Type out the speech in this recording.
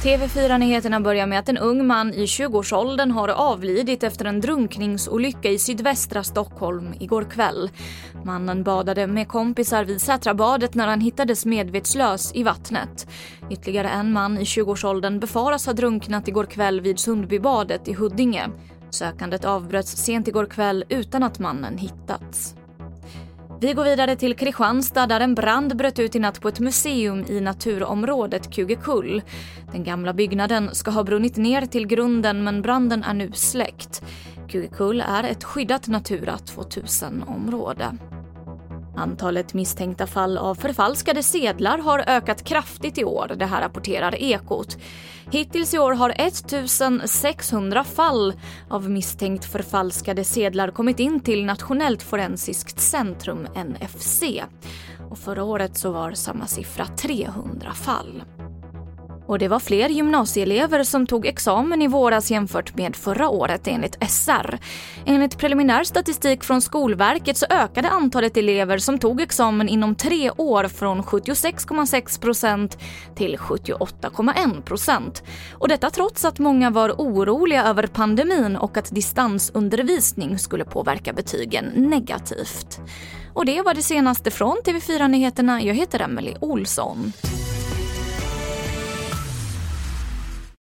TV4-nyheterna börjar med att en ung man i 20-årsåldern har avlidit efter en drunkningsolycka i sydvästra Stockholm igår kväll. Mannen badade med kompisar vid Sätrabadet när han hittades medvetslös i vattnet. Ytterligare en man i 20-årsåldern befaras ha drunknat igår kväll vid Sundbybadet i Huddinge. Sökandet avbröts sent igår kväll utan att mannen hittats. Vi går vidare till Kristianstad där en brand bröt ut i natt på ett museum i naturområdet Kugekull. Den gamla byggnaden ska ha brunnit ner till grunden men branden är nu släckt. Kugekull är ett skyddat Natura 2000-område. Antalet misstänkta fall av förfalskade sedlar har ökat kraftigt i år, det här rapporterar Ekot. Hittills i år har 1600 fall av misstänkt förfalskade sedlar kommit in till Nationellt forensiskt centrum NFC. Och förra året så var samma siffra 300 fall. Och det var fler gymnasieelever som tog examen i våras jämfört med förra året enligt SR. Enligt preliminär statistik från Skolverket så ökade antalet elever som tog examen inom 3 år från 76,6% till 78,1%. Och detta trots att många var oroliga över pandemin och att distansundervisning skulle påverka betygen negativt. Och det var det senaste från TV4-nyheterna. Jag heter Emelie Olsson.